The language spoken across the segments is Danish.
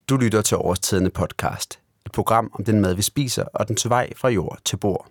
Du lytter til Årstiderne podcast, et program om den mad, vi spiser, og den vej fra jord til bord.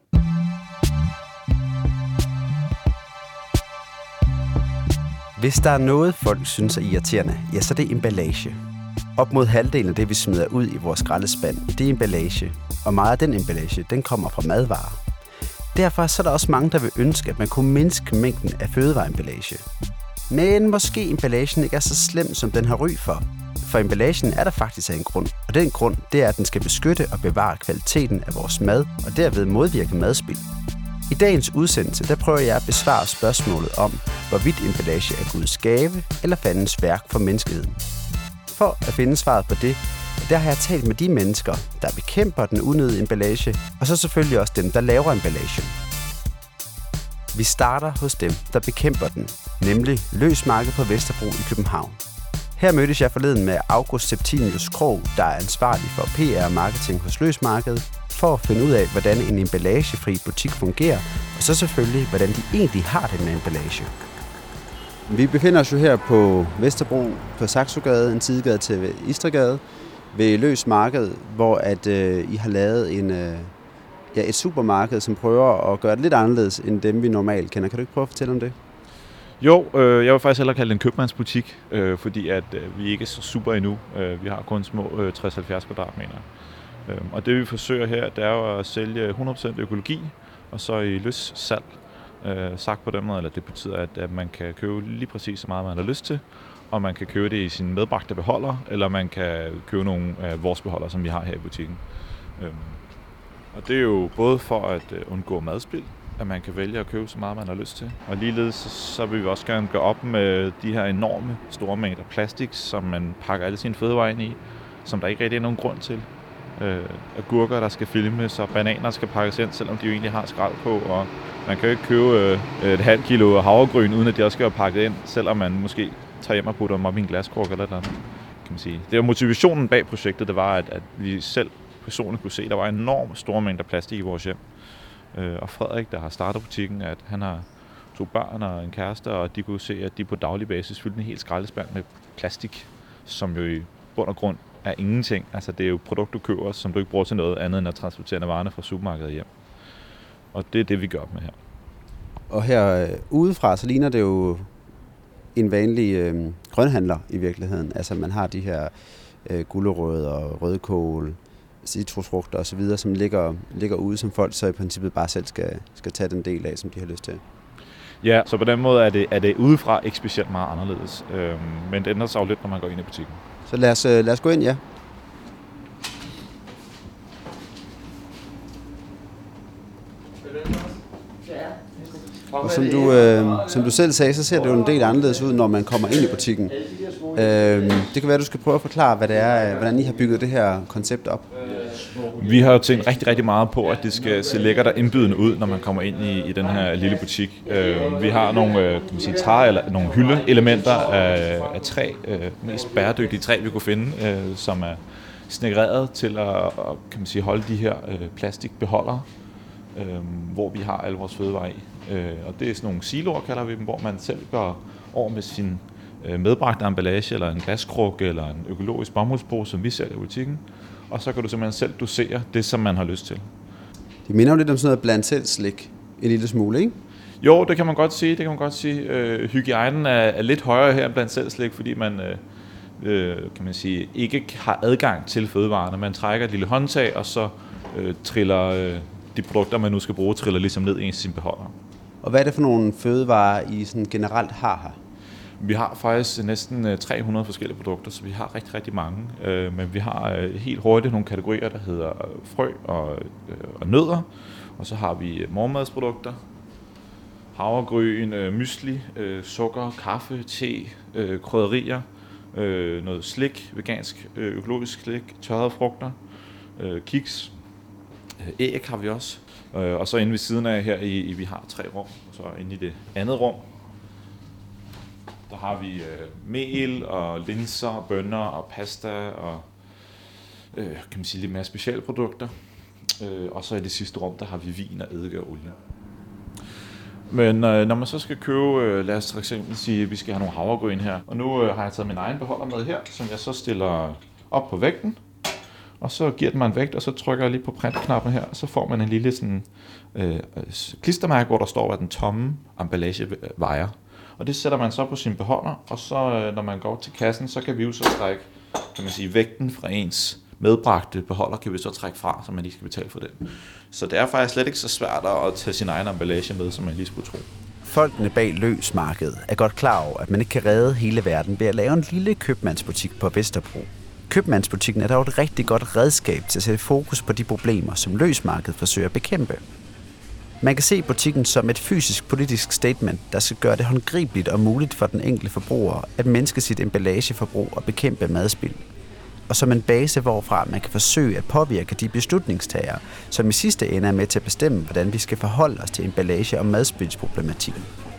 Hvis der er noget, folk synes er irriterende, ja, så er det emballage. Op mod halvdelen af det, vi smider ud i vores skraldespand, det er emballage. Og meget af den emballage, den kommer fra madvarer. Derfor så er der også mange, der vil ønske, at man kunne mindske mængden af fødevareemballage. Men måske emballagen ikke er så slem, som den har ry for. For emballagen er der faktisk af en grund. Og den grund, det er, at den skal beskytte og bevare kvaliteten af vores mad, og derved modvirke madspild. I dagens udsendelse, der prøver jeg at besvare spørgsmålet om, hvorvidt emballage er Guds gave eller fandens værk for menneskeheden. For at finde svaret på det, der har jeg talt med de mennesker, der bekæmper den unødige emballage, og så selvfølgelig også dem, der laver emballage. Vi starter hos dem, der bekæmper den, nemlig Løsmarked på Vesterbro i København. Her mødtes jeg forleden med August Septimius Krog, der er ansvarlig for PR og marketing hos Løsmarkedet, for at finde ud af, hvordan en emballagefri butik fungerer, og så selvfølgelig, hvordan de egentlig har det med emballage. Vi befinder os jo her på Vesterbro, på Saxogade, en sidegade til Istedgade, ved Løsmarked, hvor I har lavet et supermarked, som prøver at gøre det lidt anderledes, end dem vi normalt kender. Kan du ikke prøve at fortælle om det? Jo, jeg vil faktisk hellere kalde det en købmandsbutik, fordi at vi ikke er så super endnu. Vi har kun små 60-70 kvadratmeter. Og det vi forsøger her, det er jo at sælge 100% økologi, og så i løssalg. Sagt på den måde, eller det betyder, at man kan købe lige præcis så meget, man har lyst til, og man kan købe det i sin medbragte beholder, eller man kan købe nogle af vores beholder, som vi har her i butikken. Og det er jo både for at undgå madspild, at man kan vælge at købe så meget, man har lyst til. Og ligeledes så vil vi også gerne gøre op med de her enorme store mængder plastik, som man pakker alle sine fødevarer ind i, som der ikke rigtig er nogen grund til. Agurker, der skal filmes, og bananer skal pakkes ind, selvom de jo egentlig har skrald på. Og man kan jo ikke købe et halvt kilo havregryn, uden at de også skal være pakket ind, selvom man måske tager hjem og putter dem op i en glaskrukke eller noget, kan man sige. Det var motivationen bag projektet, det var, at vi selv personligt kunne se, at der var enormt store mængder plastik i vores hjem. Og Frederik, der har startet butikken, at han har 2 børn og en kæreste, og de kunne se, at de på daglig basis fyldte en helt skraldespand med plastik, som jo i bund og grund er ingenting. Altså det er jo produkt, du køber, som du ikke bruger til noget andet end at transportere varerne fra supermarkedet hjem. Og det er det, vi gør op med her. Og her udefra, så ligner det jo en vanlig grønhandler i virkeligheden. Altså man har de her gulerødder og rødkål, citrusfrugter og så videre, som ligger ude, som folk så i princippet bare selv skal tage den del af, som de har lyst til. Ja, så på den måde er det udefra ikke specielt meget anderledes. Men det ændrer sig jo lidt, når man går ind i butikken. Så lad os gå ind, ja. Og som du selv sagde, så ser det jo en del anderledes ud, når man kommer ind i butikken. Det kan være, du skal prøve at forklare, hvad det er, hvordan I har bygget det her koncept op. Vi har jo tænkt rigtig, rigtig meget på, at det skal se lækkert og indbydende ud, når man kommer ind i den her lille butik. Vi har nogle nogle hyldeelementer af træ, mest bæredygtige træ, vi kunne finde, som er snekkereret til at holde de her plastikbeholdere, hvor vi har alle vores fødevarer i. Og det er sådan nogle siloer, kalder vi dem, hvor man selv går over med sin medbragte emballage, eller en glaskrukke, eller en økologisk bomuldspose, som vi sælger i butikken. Og så kan du simpelthen selv dosere det, som man har lyst til. Det minder jo lidt om sådan noget blandt selv slik, en lille smule, ikke? Jo, det kan man godt sige. Hygiejnen er lidt højere her blandt selv slik, fordi man ikke har adgang til fødevarerne. Man trækker et lille håndtag, og så triller de produkter, man nu skal bruge, triller ligesom ned i sin beholder. Og hvad er det for nogle fødevarer, I sådan generelt har her? Vi har faktisk næsten 300 forskellige produkter, så vi har rigtig, rigtig mange. Men vi har helt hurtigt nogle kategorier, der hedder frø og nødder. Og så har vi morgenmadsprodukter, havregryn, mysli, sukker, kaffe, te, krydderier, noget slik, vegansk, økologisk slik, tørrede frugter, kiks, æg har vi også. Og så inde ved siden af her, vi har 3 rum, og så inde i det andet rum, der har vi mel og linser, bønner og pasta og lidt mere specialprodukter. Og så i det sidste rum, der har vi vin og eddike og olie. Men når man så skal købe, lad os for eksempel sige, at vi skal have nogle havregryn her. Og nu har jeg taget min egen beholder med her, som jeg så stiller op på vægten, og så giver den mig en vægt, og så trykker jeg lige på printknappen her, og så får man en lille sådan, klistermærke, hvor der står, hvad den tomme emballage vejer. Og det sætter man så på sin beholder, og så når man går til kassen, så kan vi jo så trække, kan man sige, vægten fra ens medbragte beholder, kan vi så trække fra, så man lige skal betale for det. Så det er faktisk slet ikke så svært at tage sin egen emballage med, som man lige skulle tro. Folkene bag løsmarkedet er godt klar over, at man ikke kan redde hele verden ved at lave en lille købmandsbutik på Vesterbro. Købmandsbutikken er dog et rigtig godt redskab til at sætte fokus på de problemer, som løsmarkedet forsøger at bekæmpe. Man kan se butikken som et fysisk politisk statement, der skal gøre det håndgribeligt og muligt for den enkelte forbruger at mindske sit emballageforbrug og bekæmpe madspild. Og som en base, hvorfra man kan forsøge at påvirke de beslutningstagere, som i sidste ende er med til at bestemme, hvordan vi skal forholde os til emballage- og madspildsproblematikken.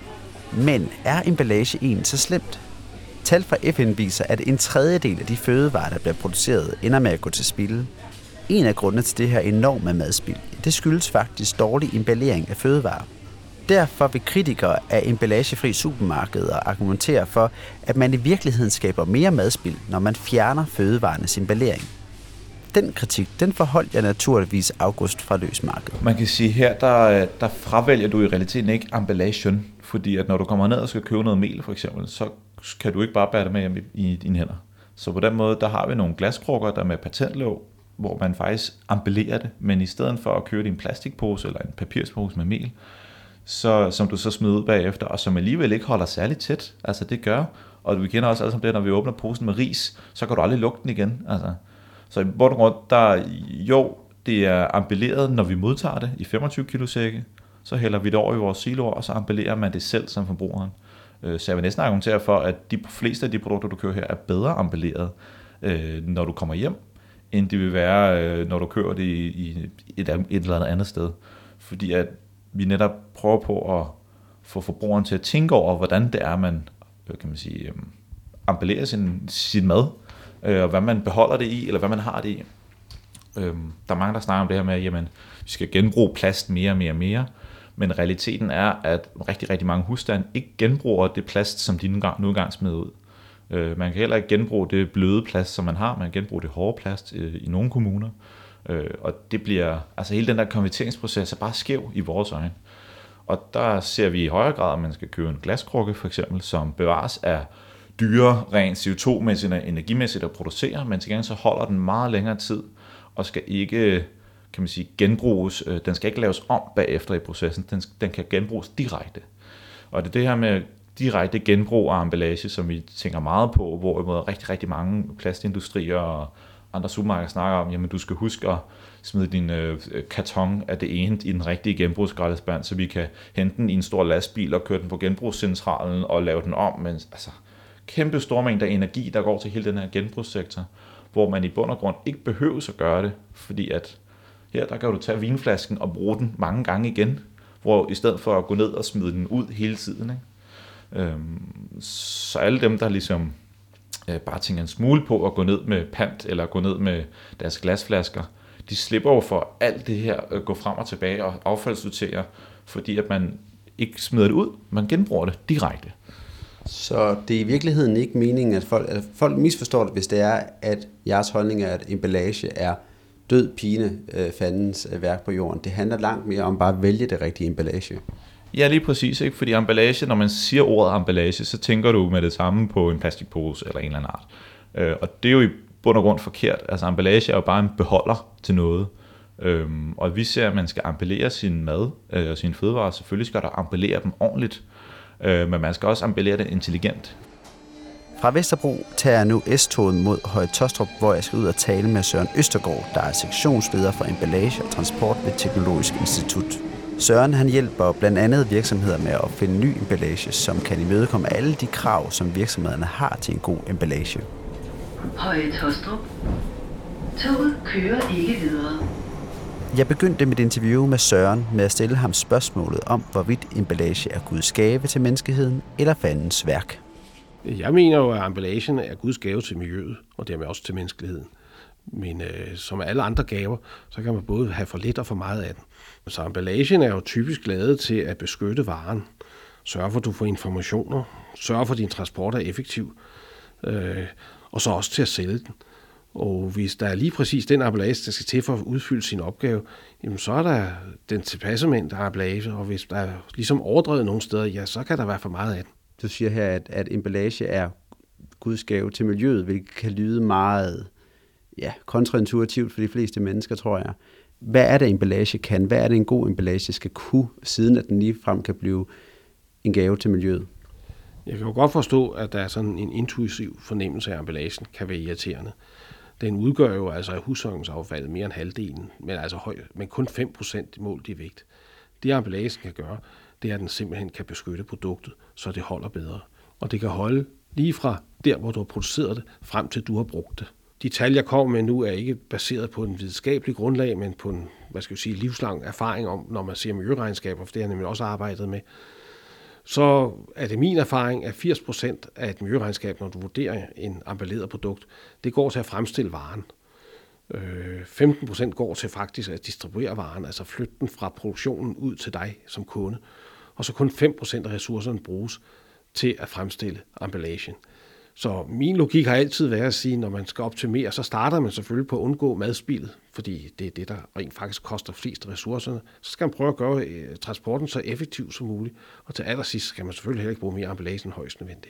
Men er emballage egentlig så slemt? Tal fra FN viser, at 1/3 af de fødevarer, der bliver produceret, ender med at gå til spilde. En af grundene til det her enorme madspild, det skyldes faktisk dårlig emballering af fødevarer. Derfor vil kritikere af emballagefri supermarkeder argumentere for, at man i virkeligheden skaber mere madspild, når man fjerner fødevarernes emballering. Den kritik, den forholdt jeg naturligvis August fra løsmarkedet. Man kan sige her, der fravælger du i realiteten ikke emballagen, fordi at når du kommer ned og skal købe noget mel for eksempel, så kan du ikke bare bære det med hjem i dine hænder. Så på den måde, der har vi nogle glaskrukker, der er med patentlåg, hvor man faktisk embellerer det, men i stedet for at købe det i en plastikpose eller en papirspose med mel, som du så smider ud bagefter, og som alligevel ikke holder særligt tæt. Altså det gør, og vi kender også alle sammen det, når vi åbner posen med ris, så kan du aldrig lugte den igen. Altså. Så i bund og grund, det er emballeret, når vi modtager det i 25 kilo sække, så hælder vi det over i vores siloer, og så embellerer man det selv som forbrugeren. Så jeg vil næsten argumentere for, at de fleste af de produkter, du køber her, er bedre emballeret, når du kommer hjem, end det vil være, når du køber det i et eller andet sted. Fordi at vi netop prøver på at få forbrugeren til at tænke over, hvordan det er, man kan man sige, embellerer sin mad, og hvad man beholder det i, eller hvad man har det i. Der er mange, der snakker om det her med, at jamen, vi skal genbruge plast mere, men realiteten er, at rigtig, rigtig mange husstande ikke genbruger det plast, som de nu engang smider ud. Man kan heller ikke genbruge det bløde plast, som man har. Man kan genbruge det hårde plast i nogle kommuner. Og det bliver, altså hele den der konverteringsproces er bare skæv i vores øjne. Og der ser vi i højere grad, at man skal købe en glaskrukke for eksempel, som bevares af dyre, rent CO2-mæssigt og energimæssigt at producere, men til gengæld så holder den meget længere tid og skal ikke, kan man sige, genbruges. Den skal ikke laves om bagefter i processen. Den kan genbruges direkte. Og det er det her med direkte genbrug af emballage, som vi tænker meget på, hvorimod rigtig, rigtig mange plastindustrier og andre supermarkeder snakker om, jamen du skal huske at smide din karton af det ene i den rigtige genbrugsskraldespand, så vi kan hente den i en stor lastbil og køre den på genbrugscentralen og lave den om. Men altså, kæmpe store mængder energi, der går til hele den her genbrugssektor, hvor man i bund og grund ikke behøver at gøre det, fordi at her der kan du tage vinflasken og bruge den mange gange igen, hvor i stedet for at gå ned og smide den ud hele tiden. Ikke? Så alle dem, der ligesom bare tænker en smule på at gå ned med pant eller gå ned med deres glasflasker, de slipper jo for alt det her at gå frem og tilbage og affaldssortere, fordi at man ikke smider det ud, man genbruger det direkte. Så det er i virkeligheden ikke meningen, at folk misforstår det, hvis det er, at jeres holdning er, at emballage er død pine, fandens værk på jorden. Det handler langt mere om bare at vælge det rigtige emballage. Ja, lige præcis, ikke? Fordi emballage, når man siger ordet emballage, så tænker du med det samme på en plastikpose eller en eller anden art. Og det er jo i bund og grund forkert. Altså emballage er jo bare en beholder til noget. Og vi ser, at man skal emballere sin mad og sine fødevarer. Selvfølgelig skal der emballere dem ordentligt, men man skal også emballere det intelligent. Fra Vesterbro tager jeg nu S-toget mod Høje Taastrup, hvor jeg skal ud og tale med Søren Østergaard, der er sektionsleder for emballage og transport ved Teknologisk Institut. Søren han hjælper blandt andet virksomheder med at opfinde ny emballage, som kan imødekomme alle de krav, som virksomhederne har til en god emballage. Høje Taastrup. Toget kører ikke videre. Jeg begyndte mit interview med Søren med at stille ham spørgsmålet om, hvorvidt emballage er Guds gave til menneskeheden eller fandens værk. Jeg mener jo, at emballagen er Guds gave til miljøet, og dermed også til menneskeligheden. Men som alle andre gaver, så kan man både have for lidt og for meget af den. Så emballagen er jo typisk lavet til at beskytte varen. Sørge for, at du får informationer. Sørge for, at din transport er effektiv. Og så også til at sælge den. Og hvis der er lige præcis den emballage, der skal til for at udfylde sin opgave, jamen så er der den tilpasse mængde af emballage, og hvis der er ligesom overdrevet nogle steder, ja, så kan der være for meget af den. Du siger her, at emballage er Guds gave til miljøet, hvilket kan lyde meget kontraintuitivt for de fleste mennesker, tror jeg. Hvad er det, emballage kan? Hvad er det, en god emballage skal kunne, siden at den ligefrem kan blive en gave til miljøet? Jeg kan jo godt forstå, at der er sådan en intuitiv fornemmelse af emballagen, kan være irriterende. Den udgør jo altså af husholdningsaffaldet mere end halvdelen, men kun 5% målt i vægt. Det emballagen kan gøre, det er, at den simpelthen kan beskytte produktet, så det holder bedre. Og det kan holde lige fra der, hvor du har produceret det, frem til du har brugt det. De tal, jeg kommer med nu, er ikke baseret på en videnskabelig grundlag, men på en livslang erfaring om, når man ser miljøregnskaber, for det har jeg nemlig også arbejdet med. Så er det min erfaring, at 80% af et miljøregnskab, når du vurderer en emballeret produkt, det går til at fremstille varen. 15% går til faktisk at distribuere varen, altså flytte den fra produktionen ud til dig som kunde. Og så kun 5% af ressourcerne bruges til at fremstille emballagen. Så min logik har altid været at sige, at når man skal optimere, så starter man selvfølgelig på at undgå madspildet, fordi det er det, der rent faktisk koster flest af ressourcerne. Så skal man prøve at gøre transporten så effektiv som muligt, og til allersidst skal man selvfølgelig heller ikke bruge mere emballage end højst nødvendigt.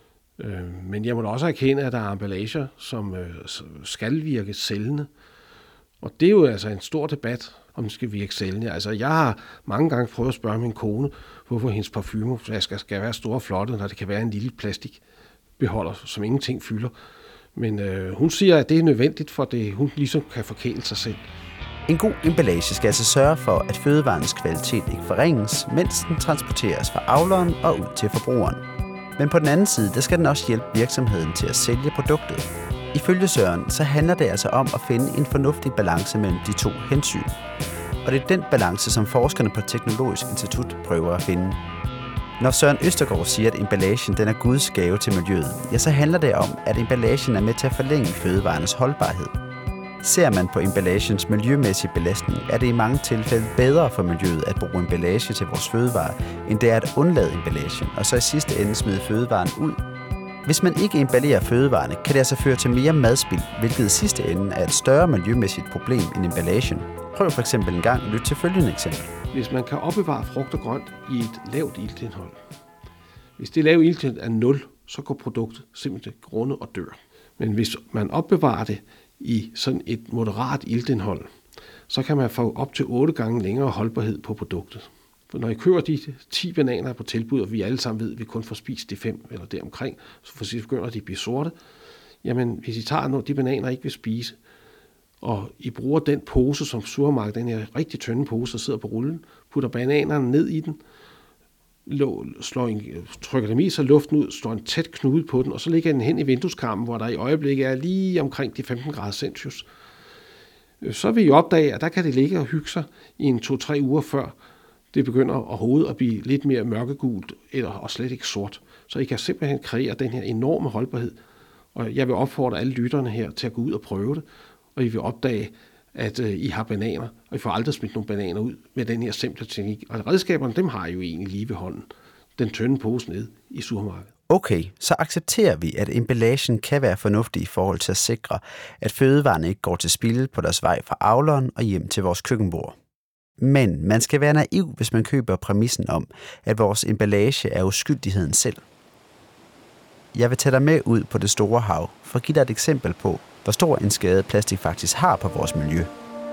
Men jeg må da også erkende, at der er emballager, som skal virke sælgende. Og det er jo altså en stor debat, om den skal virke sælgende. Altså jeg har mange gange prøvet at spørge min kone, hvorfor hendes parfumeflasker skal være store og flotte, når det kan være en lille plastikbeholder, som ingenting fylder. Men hun siger, at det er nødvendigt, for det hun ligesom kan forkæle sig selv. En god emballage skal altså sørge for, at fødevarens kvalitet ikke forringes, mens den transporteres fra avleren og ud til forbrugeren. Men på den anden side, der skal den også hjælpe virksomheden til at sælge produktet. Ifølge Søren, så handler det altså om at finde en fornuftig balance mellem de to hensyn. Og det er den balance, som forskerne på Teknologisk Institut prøver at finde. Når Søren Østergaard siger, at emballagen den er Guds gave til miljøet, ja, så handler det om, at emballagen er med til at forlænge fødevarens holdbarhed. Ser man på emballagens miljømæssige belastning, er det i mange tilfælde bedre for miljøet at bruge emballage til vores fødevarer, end det er at undlade emballagen, og så i sidste ende smide fødevaren ud. Hvis man ikke emballerer fødevarene, kan det altså føre til mere madspild, hvilket i sidste ende er et større miljømæssigt problem end emballagen. Prøv for eksempel en gang at lytte til følgende eksempel. Hvis man kan opbevare frugt og grønt i et lavt iltindhold, hvis det lave iltindhold er 0, så går produktet simpelthen grunde og dør. Men hvis man opbevarer det i sådan et moderat iltindhold, så kan man få op til 8 gange længere holdbarhed på produktet. For når I køber de 10 bananer på tilbud, og vi alle sammen ved, at vi kun får spist de 5 eller deromkring, så for sidst begynder de at blive sorte, jamen hvis I tager de bananer, I ikke vil spise, og I bruger den pose som supermarked, den her rigtig tynde pose, der sidder på rullen, putter bananerne ned i den, trykker dem i, så luften ud, slår en tæt knude på den, og så lægger den hen i vindueskarmen, hvor der i øjeblikket er lige omkring de 15 grader Celsius. Så vil I opdage, at der kan det ligge og hygge sig i en 2-3 uger før det begynder overhovedet at blive lidt mere mørkegult, og slet ikke sort. Så I kan simpelthen kreere den her enorme holdbarhed. Og jeg vil opfordre alle lytterne her til at gå ud og prøve det, og I vil opdage, at I har bananer, og I får aldrig smidt nogle bananer ud med den her simple teknik. Og redskaberne, dem har I jo egentlig lige ved hånden. Den tynde pose ned i supermarkedet. Okay, så accepterer vi, at emballagen kan være fornuftig i forhold til at sikre, at fødevarene ikke går til spilde på deres vej fra avleren og hjem til vores køkkenbord. Men man skal være naiv, hvis man køber præmissen om, at vores emballage er uskyldigheden selv. Jeg vil tage dig med ud på det store hav, for at give dig et eksempel på, hvor stor en skade plastik faktisk har på vores miljø.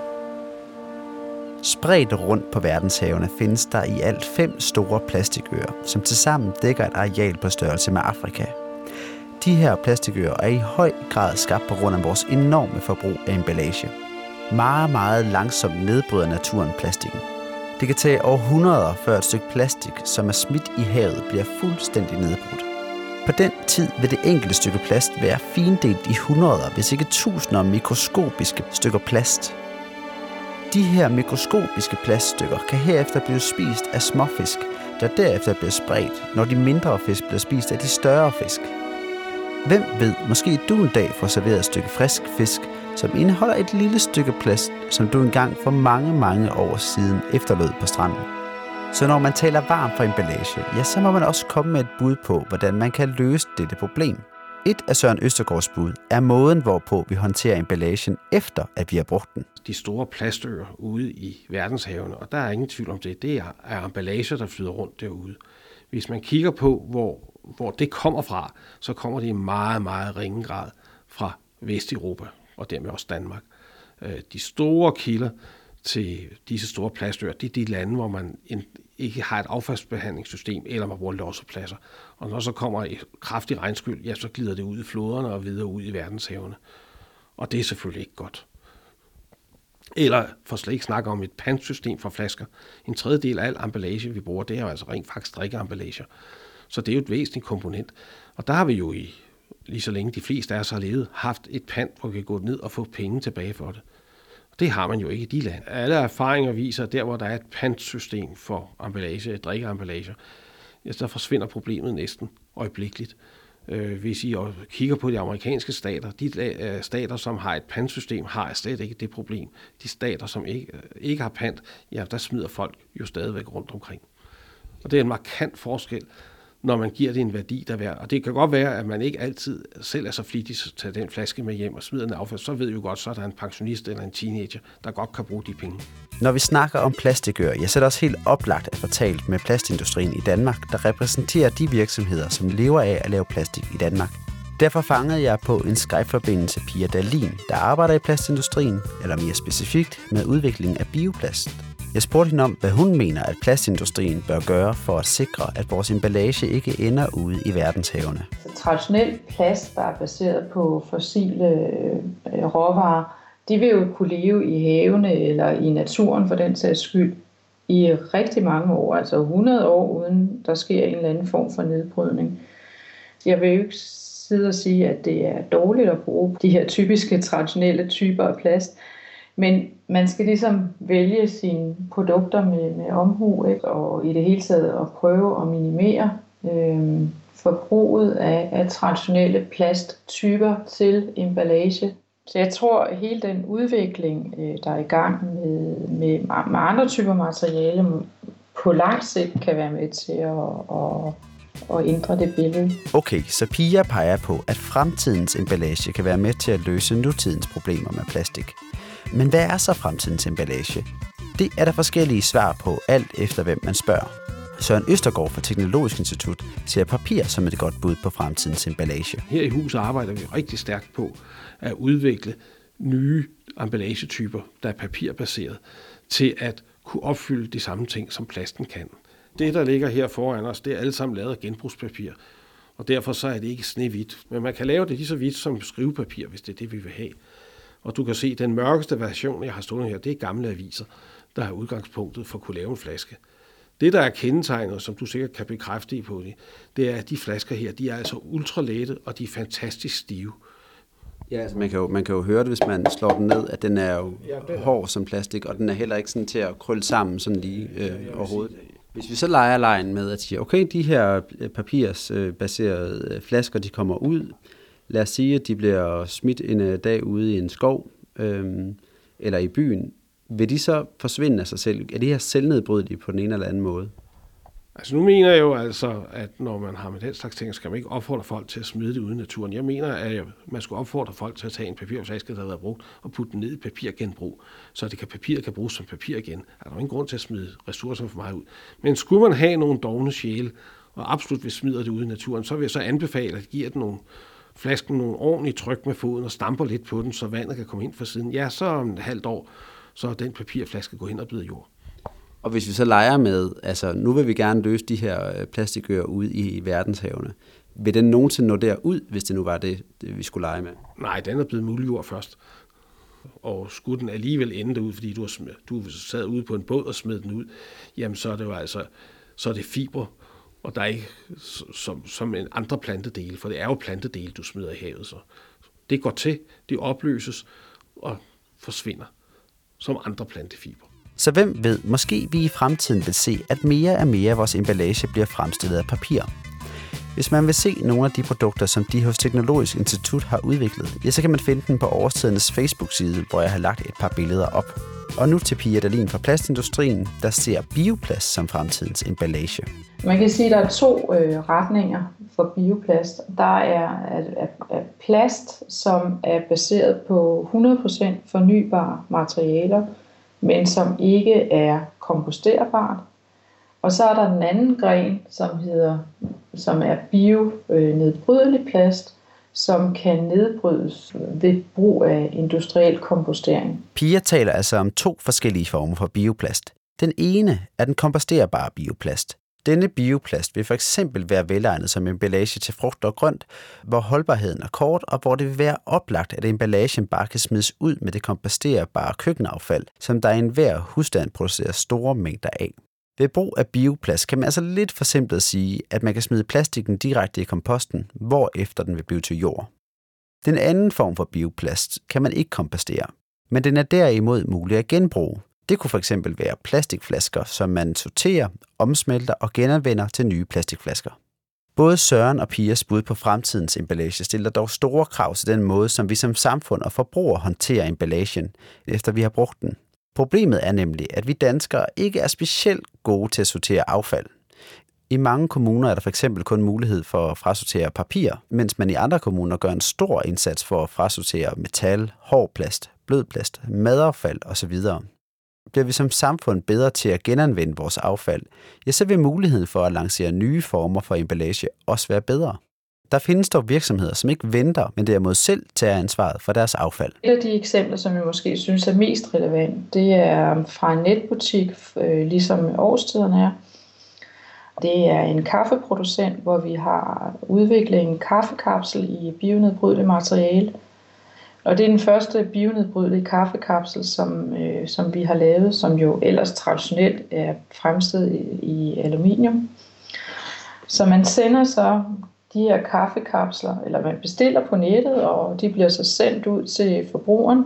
Spredt rundt på verdenshavene findes der i alt 5 store plastikøer, som tilsammen dækker et areal på størrelse med Afrika. De her plastikøer er i høj grad skabt på grund af vores enorme forbrug af emballage. Meget, meget langsomt nedbryder naturen plastikken. Det kan tage århundreder før et stykke plastik, som er smidt i havet, bliver fuldstændig nedbrudt. På den tid vil det enkelte stykke plast være findelt i hundreder, hvis ikke tusinder mikroskopiske stykker plast. De her mikroskopiske plaststykker kan herefter blive spist af småfisk, der derefter bliver spredt, når de mindre fisk bliver spist af de større fisk. Hvem ved, måske du en dag får serveret et stykke frisk fisk, som indeholder et lille stykke plast, som du engang for mange, mange år siden efterlod på stranden. Så når man taler varmt for emballage, ja, så må man også komme med et bud på, hvordan man kan løse dette problem. Et af Søren Østergaards bud er måden, hvorpå vi håndterer emballagen efter, at vi har brugt den. De store plastøer ude i verdenshavene, og der er ingen tvivl om det, det er emballager, der flyder rundt derude. Hvis man kigger på, hvor det kommer fra, så kommer det i meget, meget ringe grad fra Vesteuropa, og dermed også Danmark. De store kilder til disse store plastøer, det er de lande, hvor man ikke har et affaldsbehandlingssystem, eller man bruger lossepladser. Og når så kommer et kraftigt regnskyld, ja, så glider det ud i floderne og videre ud i verdenshavene. Og det er selvfølgelig ikke godt. Eller for slet ikke snakke om et pantsystem for flasker. En tredjedel af al emballage, vi bruger, det er jo altså rent faktisk drikkeemballager. Så det er jo et væsentligt komponent. Og der har vi jo lige så længe de fleste af os har levet, haft et pant, hvor vi kan gå ned og få penge tilbage for det. Det har man jo ikke i de lande. Alle erfaringer viser, at der, hvor der er et pantsystem for emballage, drikkeemballager, ja, der forsvinder problemet næsten øjeblikkeligt. Hvis I kigger på de amerikanske stater, de stater, som har et pantsystem, har slet ikke det problem. De stater, som ikke har pant, ja, der smider folk jo stadigvæk rundt omkring. Og det er en markant forskel, når man giver det en værdi, der er værd. Og det kan godt være, at man ikke altid selv er så flittig at tage den flaske med hjem og smider den affald. Så ved vi jo godt, så er der en pensionist eller en teenager, der godt kan bruge de penge. Når vi snakker om plastikør, så er det også helt oplagt at få talt med plastindustrien i Danmark, der repræsenterer de virksomheder, som lever af at lave plastik i Danmark. Derfor fangede jeg på en Skype-forbindelse Pia Dahlin, der arbejder i plastindustrien, eller mere specifikt med udvikling af bioplast. Jeg spurgte hende om, hvad hun mener, at plastindustrien bør gøre for at sikre, at vores emballage ikke ender ude i verdenshavene. Traditionel plast, der er baseret på fossile råvarer, de vil jo kunne leve i havene eller i naturen for den sags skyld i rigtig mange år, altså 100 år, uden der sker en eller anden form for nedbrydning. Jeg vil jo ikke sidde og sige, at det er dårligt at bruge de her typiske traditionelle typer af plast, men man skal ligesom vælge sine produkter med omhu, ikke? Og i det hele taget at prøve at minimere forbruget af traditionelle plasttyper til emballage. Så jeg tror, at hele den udvikling, der er i gang med andre typer materiale, på lang sigt kan være med til at ændre det billede. Okay, så Pia peger på, at fremtidens emballage kan være med til at løse nutidens problemer med plastik. Men hvad er så fremtidens emballage? Det er der forskellige svar på, alt efter hvem man spørger. Søren Østergaard fra Teknologisk Institut ser papir som et godt bud på fremtidens emballage. Her i huset arbejder vi rigtig stærkt på at udvikle nye emballagetyper, der er papirbaseret, til at kunne opfylde de samme ting, som plasten kan. Det, der ligger her foran os, det er alle sammen lavet af genbrugspapir, og derfor så er det ikke snehvidt. Men man kan lave det lige så hvidt som skrivepapir, hvis det er det, vi vil have. Og du kan se, at den mørkeste version, jeg har stående her, det er gamle aviser, der er udgangspunktet for at kunne lave en flaske. Det, der er kendetegnet, som du sikkert kan bekræfte i på det er, at de flasker her, de er altså ultralette, og de er fantastisk stive. Ja, altså man kan jo høre det, hvis man slår den ned, at den er jo hård som plastik, og den er heller ikke sådan til at krølle sammen sådan lige overhovedet. Hvis vi så leger lejen med at sige, okay, de her papirsbaserede flasker, de kommer ud. Lad os sige, at de bliver smidt en dag ude i en skov eller i byen. Vil de så forsvinde af sig selv? Er de her selvnedbrydelige på den ene eller anden måde? Altså nu mener jeg jo altså, at når man har med den slags ting, skal man ikke opfordre folk til at smide det ude i naturen. Jeg mener, at man skulle opfordre folk til at tage en papirflaske, der har været brugt, og putte den ned i papirgenbrug, så papiret kan bruges som papir igen. Der er ingen grund til at smide ressourcer for meget ud. Men skulle man have nogle dovne sjæle, og absolut vil smide det ude i naturen, så vil jeg så anbefale, at give flasken nogle ordentlige tryk med foden og stamper lidt på den, så vandet kan komme ind fra siden. Ja, så om et halvt år, så er den papirflaske gå hen og blive jord. Og hvis vi så leger med, altså nu vil vi gerne løse de her plastikøer ude i verdenshavene. Vil den nogensinde nå derud, hvis det nu var det, vi skulle lege med? Nej, den er blevet muliggjort først. Og skulle den alligevel ende derud, fordi du sad ude på en båd og smed den ud, jamen så er det jo altså, så er det fiber, og der er ikke som en andre plantedele, for det er jo plantedele, du smider i havet. Så det går til, det opløses og forsvinder som andre plantefiber. Så hvem ved, måske vi i fremtiden vil se, at mere og mere af vores emballage bliver fremstillet af papir. Hvis man vil se nogle af de produkter, som de hos Teknologisk Institut har udviklet, ja, så kan man finde den på Årstidernes Facebook-side, hvor jeg har lagt et par billeder op. Og nu til Pia Dahlin fra Plastindustrien, der ser bioplast som fremtidens emballage. Man kan sige, at der er 2 retninger for bioplast. Der er plast, som er baseret på 100% fornybare materialer, men som ikke er komposterbart. Og så er der den anden gren, som er bio-nedbrydelig plast, som kan nedbrydes ved brug af industriel kompostering. Pia taler altså om 2 forskellige former for bioplast. Den ene er den komposterbare bioplast. Denne bioplast vil for eksempel være velegnet som emballage til frugt og grønt, hvor holdbarheden er kort, og hvor det vil være oplagt, at emballagen bare kan smides ud med det komposterbare køkkenaffald, som der i enhver husstand producerer store mængder af. Ved brug af bioplast kan man altså lidt forsimplet sige, at man kan smide plastikken direkte i komposten, hvorefter den vil blive til jord. Den anden form for bioplast kan man ikke kompostere, men den er derimod mulig at genbruge. Det kunne fx være plastikflasker, som man sorterer, omsmelter og genanvender til nye plastikflasker. Både Søren og Pias bud på fremtidens emballage stiller dog store krav til den måde, som vi som samfund og forbrugere håndterer emballagen, efter vi har brugt den. Problemet er nemlig, at vi danskere ikke er specielt gode til at sortere affald. I mange kommuner er der fx kun mulighed for at frasortere papir, mens man i andre kommuner gør en stor indsats for at frasortere metal, hård plast, blød plast, madaffald osv. Bliver vi som samfund bedre til at genanvende vores affald, ja, så vil muligheden for at lancere nye former for emballage også være bedre. Der findes dog virksomheder, som ikke venter, men derimod selv tager ansvaret for deres affald. Et af de eksempler, som jeg måske synes er mest relevant, det er fra en netbutik, ligesom årstiderne er. Det er en kaffeproducent, hvor vi har udviklet en kaffekapsel i bionedbrydeligt materiale. Og det er den første bionedbrydelige kaffekapsel, som vi har lavet, som jo ellers traditionelt er fremstillet i aluminium. Så man sender så de her kaffekapsler, eller man bestiller på nettet, og de bliver så sendt ud til forbrugeren.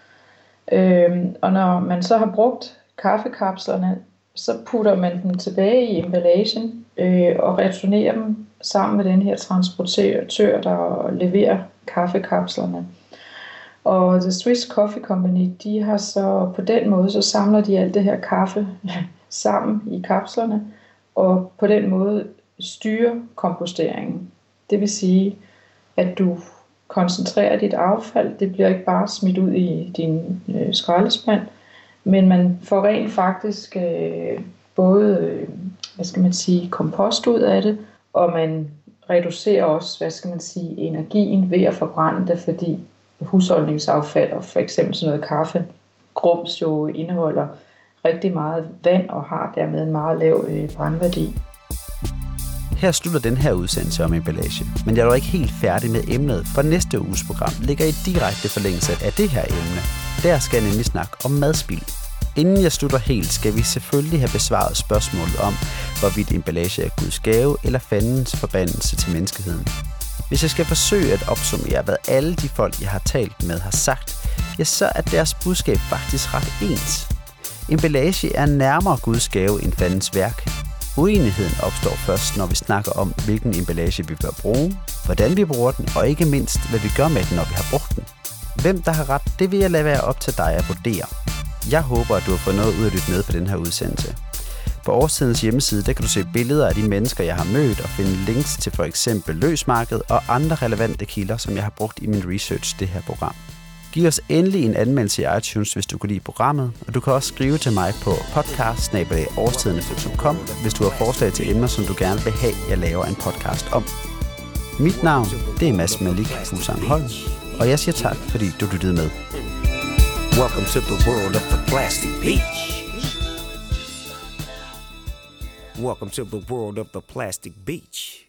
Og når man så har brugt kaffekapslerne, så putter man dem tilbage i emballagen og returnerer dem sammen med den her transportør, der leverer kaffekapslerne. Og The Swiss Coffee Company, de har så på den måde, så samler de alt det her kaffe sammen i kapslerne, og på den måde styrer komposteringen. Det vil sige, at du koncentrerer dit affald, det bliver ikke bare smidt ud i din skraldespand, men man får rent faktisk både, kompost ud af det, og man reducerer også, energien ved at forbrænde det, fordi husholdningsaffald og for eksempel sådan noget kaffe, grums jo indeholder rigtig meget vand og har dermed en meget lav brændværdi. Her slutter den her udsendelse om emballage, men jeg er dog ikke helt færdig med emnet, for næste uges program ligger i direkte forlængelse af det her emne. Der skal jeg nemlig snakke om madspild. Inden jeg slutter helt, skal vi selvfølgelig have besvaret spørgsmålet om, hvorvidt emballage er Guds gave eller fandens forbandelse til menneskeheden. Hvis jeg skal forsøge at opsummere, hvad alle de folk, jeg har talt med, har sagt, ja, så er deres budskab faktisk ret ens. Emballage er nærmere Guds gave end fandens værk. Uenigheden opstår først, når vi snakker om, hvilken emballage vi bør bruge, hvordan vi bruger den, og ikke mindst, hvad vi gør med den, når vi har brugt den. Hvem der har ret, det vil jeg lade være op til dig at vurdere. Jeg håber, at du har fået noget ud at lytte med på den her udsendelse. På Årstidens hjemmeside, der kan du se billeder af de mennesker, jeg har mødt, og finde links til for eksempel Løsmarked og andre relevante kilder, som jeg har brugt i min research det her program. Giv os endelig en anmeldelse i iTunes, hvis du kunne lide programmet, og du kan også skrive til mig på podcast@årstiderne.com, hvis du har forslag til emner, som du gerne vil have, jeg laver en podcast om. Mit navn, det er Mads Malik Fuglsang Holm, og jeg siger tak, fordi du lyttede med. Welcome to the world of the plastic beach. Welcome to the world of the plastic beach.